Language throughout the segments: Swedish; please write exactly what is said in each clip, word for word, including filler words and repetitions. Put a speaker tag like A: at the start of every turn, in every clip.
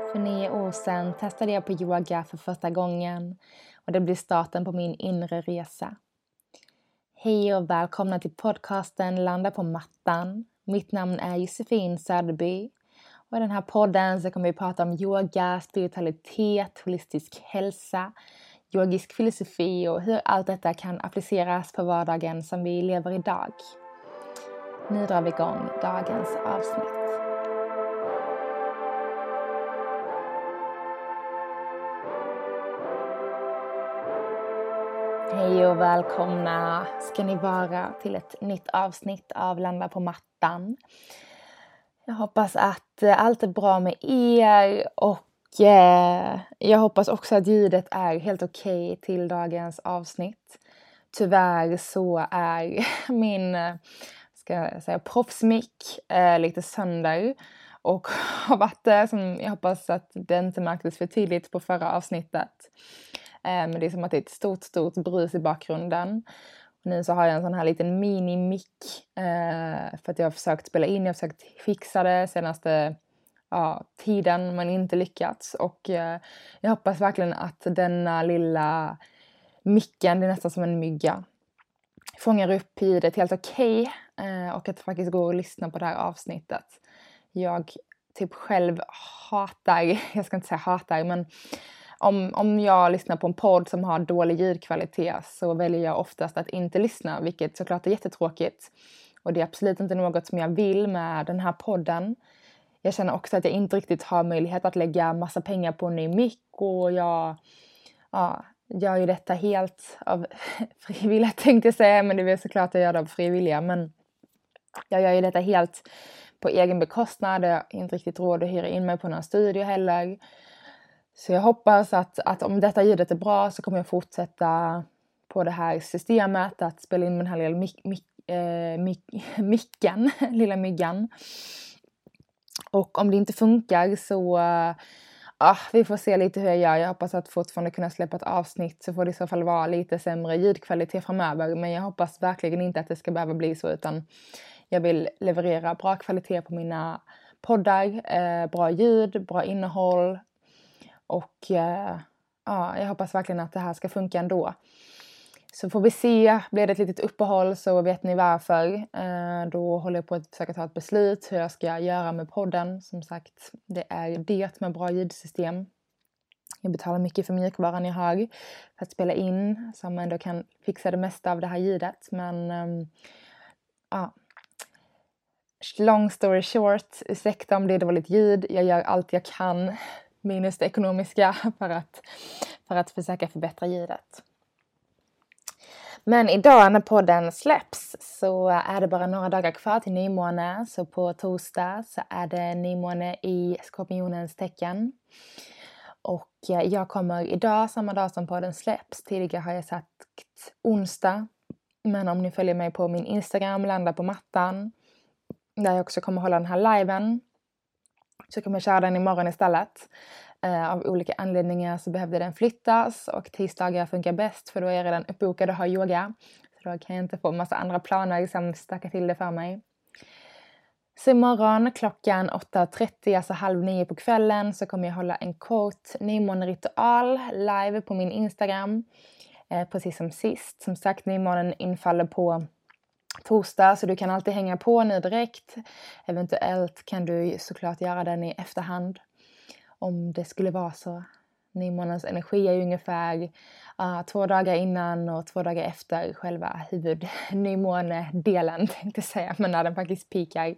A: För nio år sedan testade jag på yoga för första gången och det blev starten på min inre resa. Hej och välkomna till podcasten Landa på mattan. Mitt namn är Josefin Söderby och i den här podden så kommer vi prata om yoga, spiritualitet, holistisk hälsa, yogisk filosofi och hur allt detta kan appliceras på vardagen som vi lever idag. Nu drar vi igång dagens avsnitt. Hej och välkomna ska ni vara till ett nytt avsnitt av Landa på mattan. Jag hoppas att allt är bra med er och eh, jag hoppas också att ljudet är helt okej till dagens avsnitt. Tyvärr så är min ska jag säga, proffsmick eh, lite sönder och har varit det som jag hoppas att det inte märktes för tydligt på förra avsnittet. Men det är som att det är ett stort, stort brus i bakgrunden. Och nu så har jag en sån här liten mini-mick. Eh, för att jag har försökt spela in. Jag har försökt fixa det senaste ja, tiden. Men inte lyckats. Och eh, jag hoppas verkligen att denna lilla micken, det är nästan som en mygga, fångar upp ljudet helt okej. Eh, och att det faktiskt går att lyssna på det här avsnittet. Jag typ själv hatar, jag ska inte säga hatar, men Om, om jag lyssnar på en podd som har dålig ljudkvalitet så väljer jag oftast att inte lyssna, vilket såklart är jättetråkigt. Och det är absolut inte något som jag vill med den här podden. Jag känner också att jag inte riktigt har möjlighet att lägga massa pengar på en ny mick och jag ja, gör ju detta helt av frivilliga tänkte jag säga, men det är såklart att jag gör det av frivilliga. Men jag gör ju detta helt på egen bekostnad, jag har inte riktigt råd att hyra in mig på någon studio heller. Så jag hoppas att, att om detta ljudet är bra så kommer jag fortsätta på det här systemet. Att spela in med den här lilla mic, mic, eh, mic, micken, lilla myggan. Och om det inte funkar så uh, ah, vi får se lite hur jag gör. Jag hoppas att fortfarande kunna släppa ett avsnitt så får det i så fall vara lite sämre ljudkvalitet framöver. Men jag hoppas verkligen inte att det ska behöva bli så, utan jag vill leverera bra kvalitet på mina poddar. Eh, bra ljud, bra innehåll. Och eh, ja, jag hoppas verkligen att det här ska funka ändå. Så får vi se, blir det ett litet uppehåll så vet ni varför. Eh, då håller jag på att försöka ta ett beslut hur jag ska göra med podden. Som sagt, det är det med bra ljudsystem. Jag betalar mycket för mjukvaran jag har för att spela in, som ändå kan fixa det mesta av det här ljudet. Men eh, ja, long story short, ursäkta om det är dåligt ljud. Jag gör allt jag kan, minus det ekonomiska, för att, för att försöka förbättra ljudet. Men idag när podden släpps så är det bara några dagar kvar till nymåne. Så på torsdag så är det nymåne i skorpionens tecken. Och jag kommer idag, samma dag som podden släpps. Tidigare har jag sagt onsdag. Men om ni följer mig på min Instagram, Landa på mattan, där jag också kommer hålla den här liven, så kommer jag köra den imorgon istället. Uh, av olika anledningar så behövde den flyttas. Och tisdagar funkar bäst, för då är jag redan uppbokad och har yoga. Så då kan jag inte få massa andra planer som stackar till det för mig. Så imorgon klockan åtta trettio, alltså halv nio på kvällen, så kommer jag hålla en kort nymåneritual live på min Instagram. Uh, precis som sist. Som sagt, nymånen infaller på torsdag, så du kan alltid hänga på nu direkt. Eventuellt kan du såklart göra den i efterhand om det skulle vara så. Nymånens energi är ju ungefär uh, två dagar innan och två dagar efter själva huvudnymånedelen, tänkte jag säga, men när den faktiskt pikar.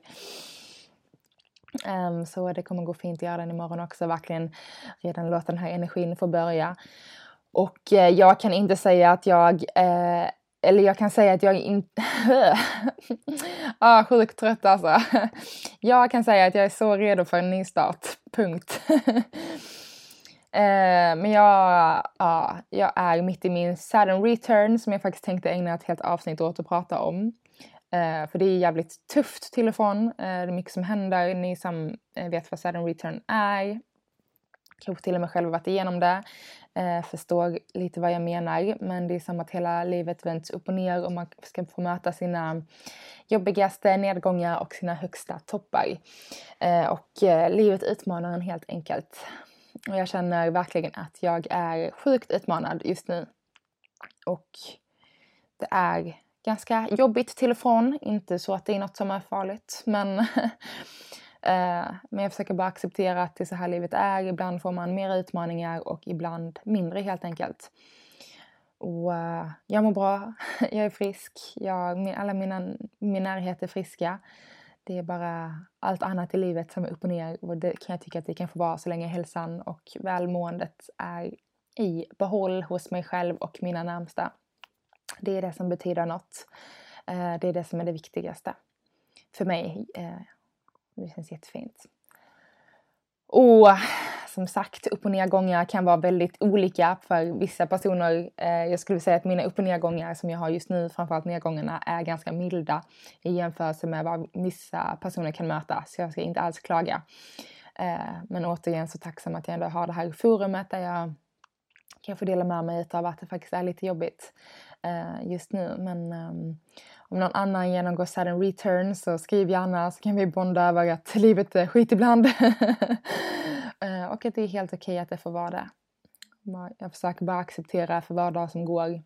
A: Um, så det kommer gå fint att göra den imorgon också, verkligen redan låta den här energin få börja. Och uh, jag kan inte säga att jag uh, Eller jag kan säga att jag inte... ah, sjukt trött alltså. Jag kan säga att jag är så redo för en ny start. Punkt. eh, men jag, ah, jag är mitt i min Saturn return, som jag faktiskt tänkte ägna ett helt avsnitt åt att prata om. Eh, för det är jävligt tufft till och från. Eh, det är mycket som händer. Ni som vet vad Saturn return är kanske till och med själv varit igenom det. eh, förstår lite vad jag menar. Men det är som att hela livet vänds upp och ner och man ska få möta sina jobbigaste nedgångar och sina högsta toppar. Eh, och eh, livet utmanar en helt enkelt. Och jag känner verkligen att jag är sjukt utmanad just nu. Och det är ganska jobbigt till och från. Inte så att det är något som är farligt. Men, eh, men jag försöker bara acceptera att det är så här livet är. Ibland får man mer utmaningar och ibland mindre helt enkelt. Och uh, jag mår bra. Jag är frisk. Jag, alla mina, min närhet är friska. Det är bara allt annat i livet som är upp och ner. Och det kan jag tycka att det kan få vara så länge hälsan och välmåendet är i behåll hos mig själv och mina närmsta. Det är det som betyder något. Det är det som är det viktigaste för mig. Det känns jättefint. Och som sagt, upp- och nedgångar kan vara väldigt olika för vissa personer. Jag skulle säga att mina upp- och nedgångar som jag har just nu, framförallt nedgångarna, är ganska milda i jämförelse med vad vissa personer kan möta. Så jag ska inte alls klaga. Men återigen så tacksam att jag ändå har det här forumet där jag kan få dela med mig av att det faktiskt är lite jobbigt just nu. Men om någon annan genomgår sudden return så skriv gärna, så kan vi bonda över att livet är skit ibland. Och att det är helt okej att det får vara det. Jag försöker bara acceptera för var dag som går.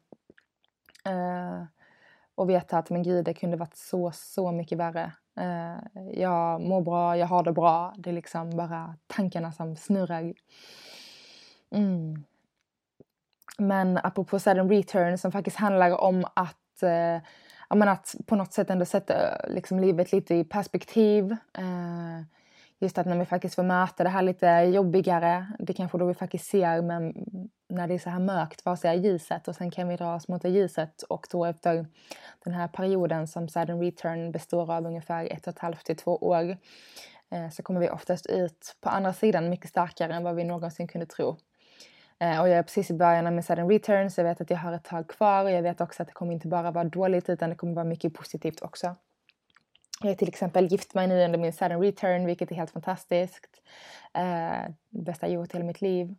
A: Och veta att men gud, det kunde varit så, så mycket värre. Jag mår bra, jag har det bra. Det är liksom bara tankarna som snurrar. Mm. Men apropå sudden return som faktiskt handlar om att, eh, att på något sätt ändå sätta liksom, livet lite i perspektiv. Eh, just att när vi faktiskt får möta det här lite jobbigare. Det kanske då vi faktiskt ser, men när det är så här mörkt, vad ser ljuset? Och sen kan vi dra oss mot det ljuset. Och då efter den här perioden som sudden return består av ungefär ett och ett halvt till två år. Eh, så kommer vi oftast ut på andra sidan mycket starkare än vad vi någonsin kunde tro. Och jag är precis i början med sudden return, så jag vet att jag har ett tag kvar. Och jag vet också att det kommer inte bara vara dåligt, utan det kommer vara mycket positivt också. Jag är till exempel gift mig nu under min sudden return, vilket är helt fantastiskt. Eh, det bästa jag gjort i hela mitt liv.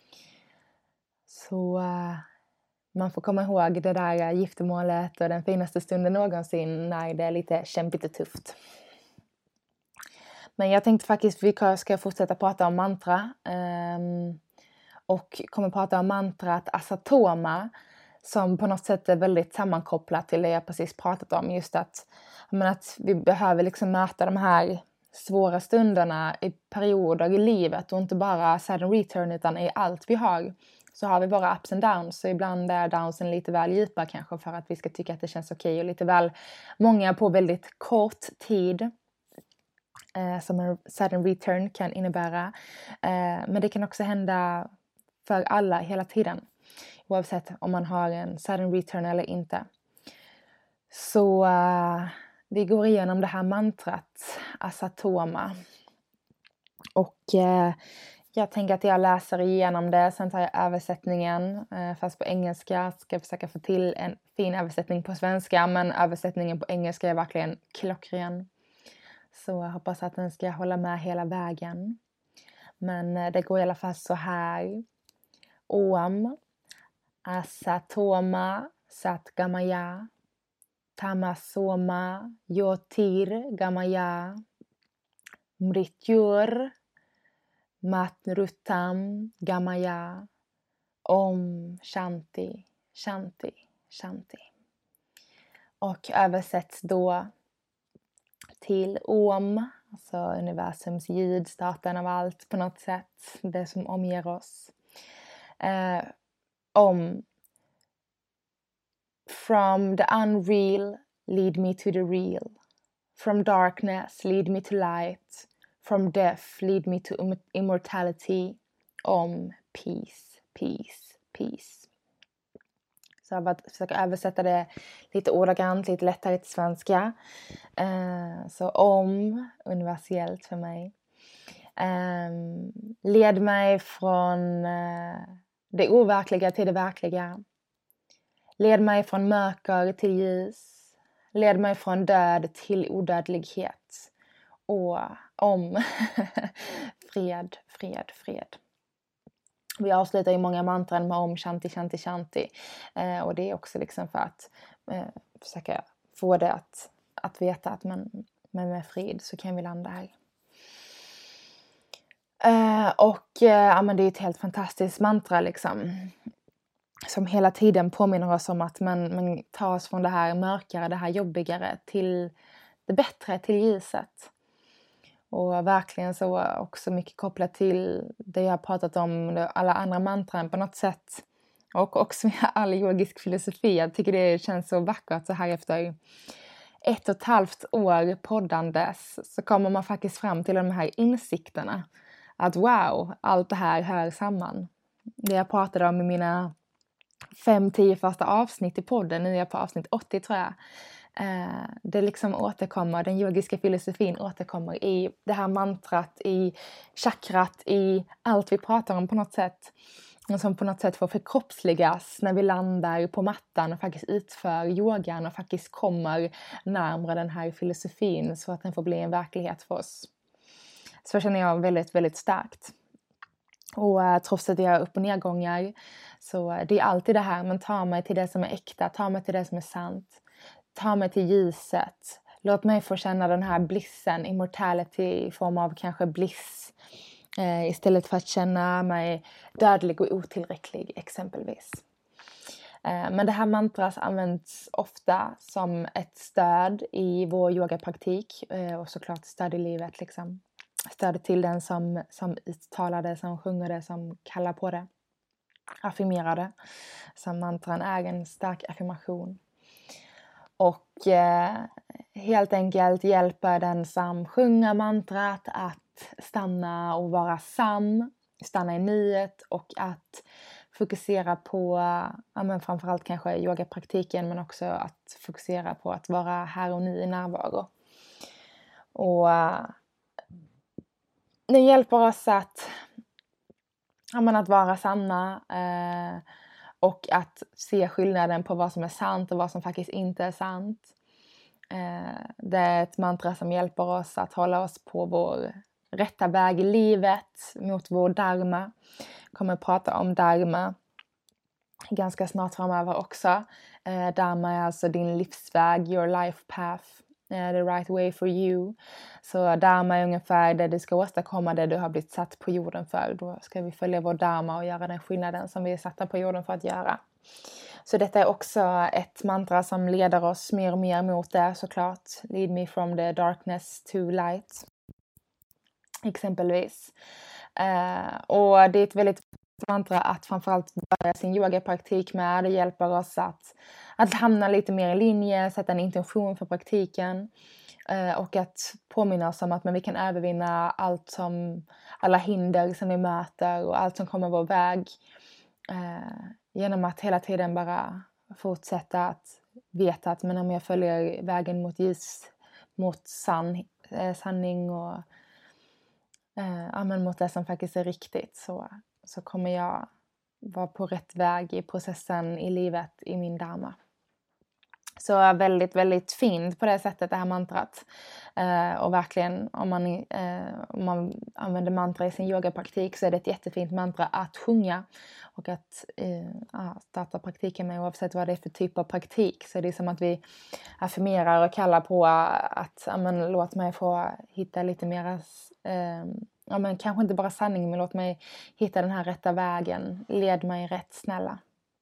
A: Så eh, man får komma ihåg det där giftermålet och den finaste stunden någonsin när det är lite kämpigt och tufft. Men jag tänkte faktiskt att vi ska fortsätta prata om mantra. Um, Och kommer prata om mantrat Asatoma, som på något sätt är väldigt sammankopplat till det jag precis pratat om. Just att, men att vi behöver liksom möta de här svåra stunderna i perioder i livet. Och inte bara sudden return, utan i allt vi har. Så har vi våra ups and downs. Så ibland är downsen lite väl djupa kanske för att vi ska tycka att det känns okej. Och lite väl många på väldigt kort tid. Eh, som en sudden return kan innebära. Eh, men det kan också hända för alla hela tiden. Oavsett om man har en sudden return eller inte. Så uh, vi går igenom det här mantrat Asatoma. Och uh, jag tänker att jag läser igenom det. Sen tar jag översättningen. Uh, fast på engelska. Ska jag försöka få till en fin översättning på svenska. Men översättningen på engelska är verkligen klockren. Så jag hoppas att den ska hålla med hela vägen. Men uh, det går i alla fall så här. Om Asatoma Satgamaya Tamasoma Yotir Gamaya Mrityur Matrutam Gamaya Om Shanti Shanti Shanti. Och översätts då till Om, alltså universums ljud, starten av allt på något sätt, det som omger oss. Uh, om From the unreal lead me to the real. From darkness lead me to light. From death lead me to immortality. Om peace, peace, peace. Så jag försöker översätta det lite ordagrant, lite lättare till svenska. Uh, så om, universellt för mig. Um, led mig från uh, det overkliga till det verkliga. Led mig från mörker till ljus. Led mig från död till odödlighet. Och om fred, fred, fred. Vi avslutar ju många mantran med om shanti, shanti, shanti. Eh, och det är också liksom för att eh, försöka få det att, att veta att man, men med frid så kan vi landa här. Eh, och eh, ja, men det är ett helt fantastiskt mantra liksom. Som hela tiden påminner oss om att man, man tar oss från det här mörkare, det här jobbigare till det bättre, till ljuset. Och verkligen så också mycket kopplat till det jag har pratat om, alla andra mantran på något sätt. Och också med all yogisk filosofi. Jag tycker det känns så vackert så här efter ett och ett halvt år poddandes. Så kommer man faktiskt fram till de här insikterna. Att wow, allt det här hör samman. Det jag pratade om i mina fem, tio första avsnitt i podden. Nu är jag på avsnitt åttio tror jag. Eh, det liksom återkommer, den yogiska filosofin återkommer i det här mantrat, i chakrat, i allt vi pratar om på något sätt. Som på något sätt får förkroppsligas när vi landar på mattan och faktiskt utför yogan och faktiskt kommer närmare den här filosofin så att den får bli en verklighet för oss. Så känner jag väldigt, väldigt starkt. Och uh, trots att jag har upp- och nedgångar så uh, det är alltid det här, men ta mig till det som är äkta, ta mig till det som är sant. Ta mig till ljuset. Låt mig få känna den här blissen, immortality i form av kanske bliss. Eh, istället för att känna mig dödlig och otillräcklig exempelvis. Eh, men det här mantras används ofta som ett stöd i vår yogapraktik. Eh, och såklart stöd i livet liksom. Stöd till den som, som uttalar det, som sjunger det, som kallar på det. Affirmerar det. Så mantran är en stark affirmation. Och eh, helt enkelt hjälper den som sjunger mantrat att stanna och vara sann. Stanna i nuet och att fokusera på, ja, men framförallt kanske yogapraktiken, men också att fokusera på att vara här och nu i närvaro. Och uh, det hjälper oss att, ja, men att vara sanna. Uh, Och att se skillnaden på vad som är sant och vad som faktiskt inte är sant. Eh, det är ett mantra som hjälper oss att hålla oss på vår rätta väg i livet. Mot vår dharma. Jag kommer att prata om dharma ganska snart framöver också. Eh, dharma är alltså din livsväg, your life path. Eh, the right way for you. Så dharma är ungefär det du ska åstadkomma, det du har blivit satt på jorden för. Då ska vi följa vår dharma och göra den skillnaden som vi är satta på jorden för att göra. Så detta är också ett mantra som leder oss mer och mer mot det, såklart. Lead me from the darkness to light. Exempelvis. Eh, och det är ett väldigt mantra att framförallt börja sin yogapraktik med. Det hjälper oss att, att hamna lite mer i linje, sätta en intention för praktiken. Eh, och att påminna oss om att men vi kan övervinna allt som, alla hinder som vi möter och allt som kommer vår väg. Eh, genom att hela tiden bara fortsätta att veta att men om jag följer vägen mot ljus, mot sann, eh, sanning och eh, ja, men mot det som faktiskt är riktigt, så, så kommer jag vara på rätt väg i processen i livet, i min dharma. Så väldigt, väldigt fint på det sättet det här mantrat. Eh, och verkligen om man, eh, om man använder mantra i sin yogapraktik så är det ett jättefint mantra att sjunga. Och att eh, starta praktiken med, oavsett vad det är för typ av praktik. Så det är som att vi affirmerar och kallar på att ja, men, låt mig få hitta lite mera, eh, ja, men, kanske inte bara sanning, men låt mig hitta den här rätta vägen. Led mig rätt, snälla.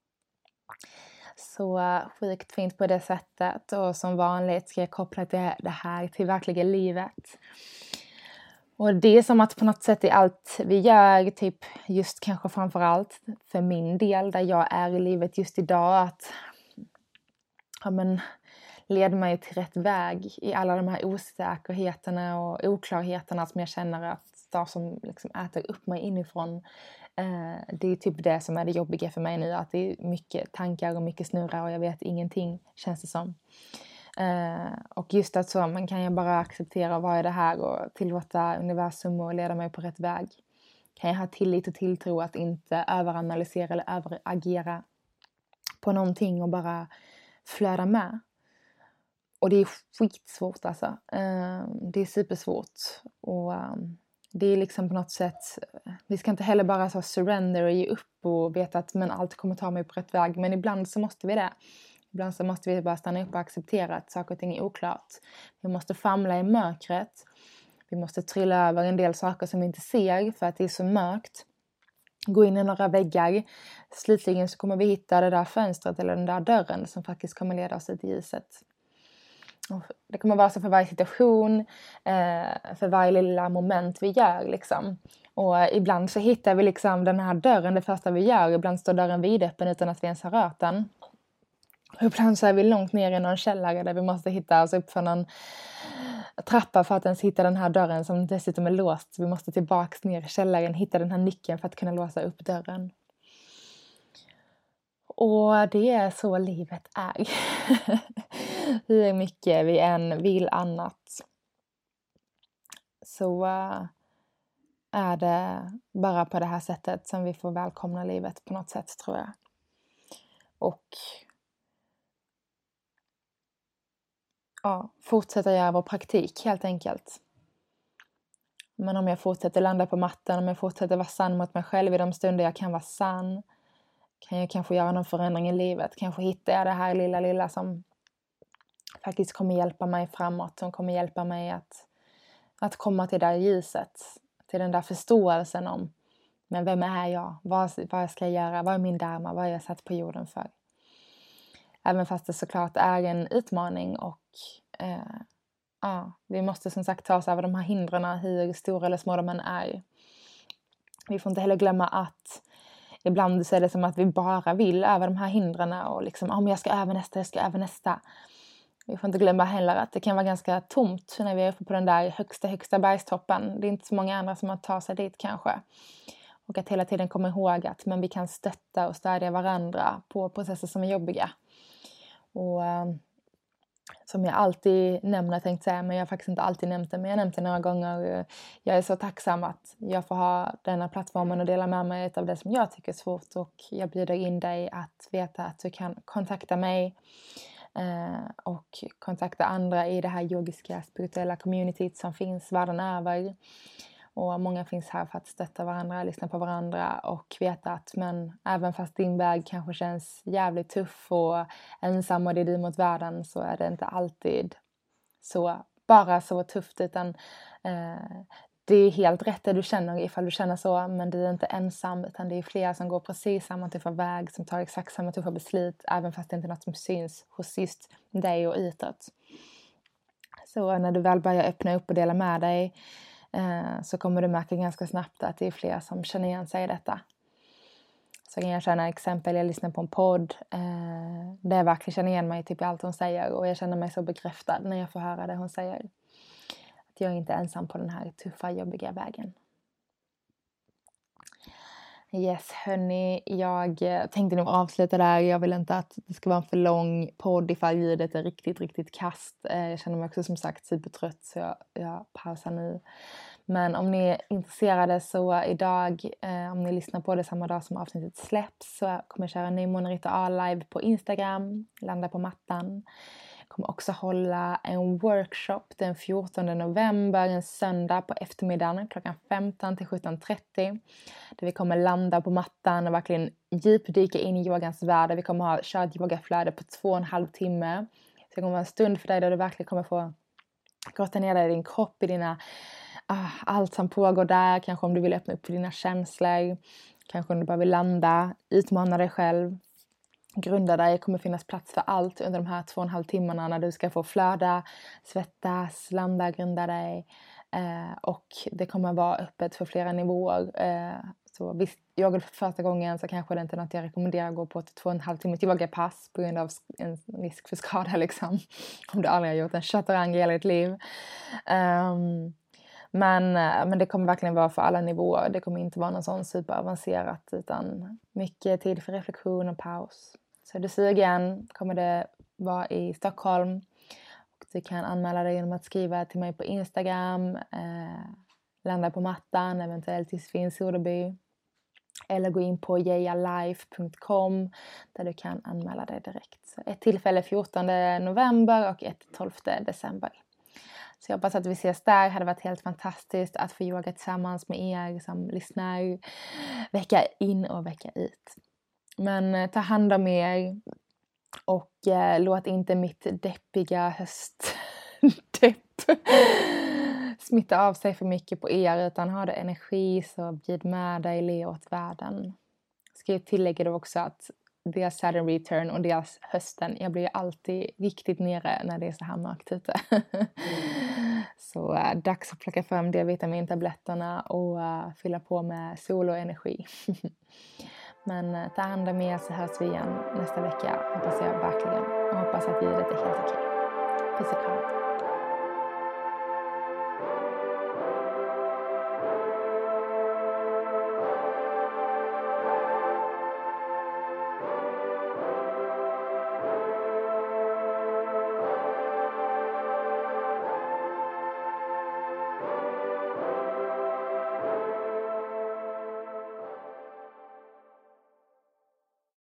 A: Så sjukt fint på det sättet, och som vanligt ska jag koppla det, det här till verkliga livet. Och det är som att på något sätt i allt vi gör, typ just kanske framförallt för min del där jag är i livet just idag, att ja, men, led mig till rätt väg i alla de här osäkerheterna och oklarheterna som jag känner att de som liksom äter upp mig inifrån. Eh, det är typ det som är det jobbiga för mig nu, att det är mycket tankar och mycket snurrar och jag vet ingenting, känns det som. Eh, och just att så, man kan ju bara acceptera vad är det här och tillåta universum och leda mig på rätt väg. Kan jag ha tillit och tilltro att inte överanalysera eller överagera på någonting och bara flöda med. Och det är skitsvårt alltså. Eh, det är supersvårt. Och um, det är liksom på något sätt, vi ska inte heller bara så surrender och ge upp och veta att men allt kommer ta mig på rätt väg. Men ibland så måste vi det. Ibland så måste vi bara stanna upp och acceptera att saker och ting är oklart. Vi måste famla i mörkret. Vi måste trilla över en del saker som vi inte ser för att det är så mörkt. Gå in i några väggar. Slutligen så kommer vi hitta det där fönstret eller den där dörren som faktiskt kommer leda oss ut i ljuset. Och det kommer vara så för varje situation, eh, för varje lilla moment vi gör liksom. Och ibland så hittar vi liksom den här dörren det första vi gör. Ibland står dörren vidöppen utan att vi ens har rört den. Och ibland så är vi långt ner i någon källare där vi måste hitta oss upp för någon trappa för att ens hitta den här dörren som dessutom är låst. Vi måste tillbaks ner i källaren, hitta den här nyckeln för att kunna låsa upp dörren. Och det är så livet är. Hur mycket vi än vill annat så är det bara på det här sättet som vi får välkomna livet på något sätt, tror jag. Och ja, fortsätta göra vår praktik helt enkelt. Men om jag fortsätter landa på mattan, om jag fortsätter vara sann mot mig själv i de stunder jag kan vara sann, kan jag kanske göra någon förändring i livet. Kanske hittar jag det här lilla lilla som faktiskt kommer hjälpa mig framåt. Som kommer hjälpa mig att, att komma till det där ljuset. Till den där förståelsen om, men vem är jag? Vad, vad ska jag göra? Vad är min dharma? Vad är jag satt på jorden för? Även fast det såklart är en utmaning och eh, ja, vi måste som sagt ta oss över de här hindren, hur stora eller små de än är. Vi får inte heller glömma att ibland så är det som att vi bara vill över de här hindren och liksom, om jag ska över nästa, jag ska över nästa. Vi får inte glömma heller att det kan vara ganska tomt när vi är uppe på den där högsta, högsta bergstoppen. Det är inte så många andra som har tagit sig dit kanske. Och att hela tiden komma ihåg att men vi kan stötta och stödja varandra på processer som är jobbiga. Och äh, som jag alltid nämner, tänkte säga, men jag har faktiskt inte alltid nämnt det, men jag har nämnt det några gånger. Jag är så tacksam att jag får ha denna plattformen och dela med mig av det som jag tycker är svårt. Och jag bjuder in dig att veta att du kan kontakta mig eh, och kontakta andra i det här yogiska spirituella communityt som finns världen över. Och många finns här för att stötta varandra, lyssna på varandra och veta att men även fast din väg kanske känns jävligt tuff och ensam och det är du mot världen, så är det inte alltid så, bara så tufft, utan eh, det är helt rätt det du känner ifall du känner så, men du är inte ensam, utan det är flera som går precis samma tuffa väg, som tar exakt samma tuffa beslut, även fast det inte är något som syns hos just dig och utåt. Så när du väl börjar öppna upp och dela med dig, så kommer du märka ganska snabbt att det är fler som känner igen sig i detta. Så kan jag känna exempel, jag lyssnar på en podd eh, där jag verkligen känner igen mig typ i allt hon säger, och jag känner mig så bekräftad när jag får höra det hon säger. Att jag är inte ensam på den här tuffa, jobbiga vägen. Yes, hörni, jag tänkte nog avsluta där. Jag vill inte att det ska vara en för lång podd ifall ljudet är riktigt, riktigt kast. Jag känner mig också som sagt supertrött, så jag, jag pausar nu. Men om ni är intresserade, så idag, eh, om ni lyssnar på det samma dag som avsnittet släpps, så kommer jag köra en ny Monarita A live på Instagram, landa på mattan. Jag kommer också hålla en workshop den fjortonde november, en söndag på eftermiddagen klockan femton till sjutton trettio. Där vi kommer landa på mattan och verkligen djupdyka in i yogans värld. Vi kommer ha kört yogaflöde på två och en halv timme. Så det kommer vara en stund för dig där du verkligen kommer få grotta ner dig i din kropp, i dina, ah, allt som pågår där. Kanske om du vill öppna upp för dina känslor. Kanske om du bara vill landa, utmana dig själv. Grunda dig, kommer finnas plats för allt under de här två och en halv timmarna när du ska få flöda, svettas, landa, grunda dig. Eh, och det kommer vara öppet för flera nivåer. Eh, så visst, yoga för första gången så kanske det inte är något jag rekommenderar att gå på ett två och en halv timme yogapass på grund av en risk för skada liksom. Om du aldrig har gjort en chaturanga i hela ditt liv. Um, Men, men det kommer verkligen vara för alla nivåer. Det kommer inte vara någon sån superavancerat, utan mycket tid för reflektion och paus. Så är du sugen kommer det vara i Stockholm. Och du kan anmäla dig genom att skriva till mig på Instagram. Eh, landa på mattan, eventuellt i Svinsudeby. Eller gå in på jejalife punkt com där du kan anmäla dig direkt. Så ett tillfälle fjortonde november och ett tolfte december. Så jag hoppas att vi ses där. Det hade varit helt fantastiskt att få yoga tillsammans med er som lyssnar vecka in och vecka ut. Men ta hand om er och eh, låt inte mitt deppiga höstdepp smitta av sig för mycket på er, utan ha det energi, så bjud med dig Leo åt världen. Ska jag tillägga då också att deras Saturn return och deras hösten, jag blir alltid riktigt nere när det är så här mörkt ute. Så äh, dags att plocka fram D-vitamintabletterna och äh, fylla på med sol och energi. Men äh, ta hand om er, så hörs vi igen nästa vecka, hoppas jag verkligen. Och hoppas att ljudet är helt okej. Puss och kram.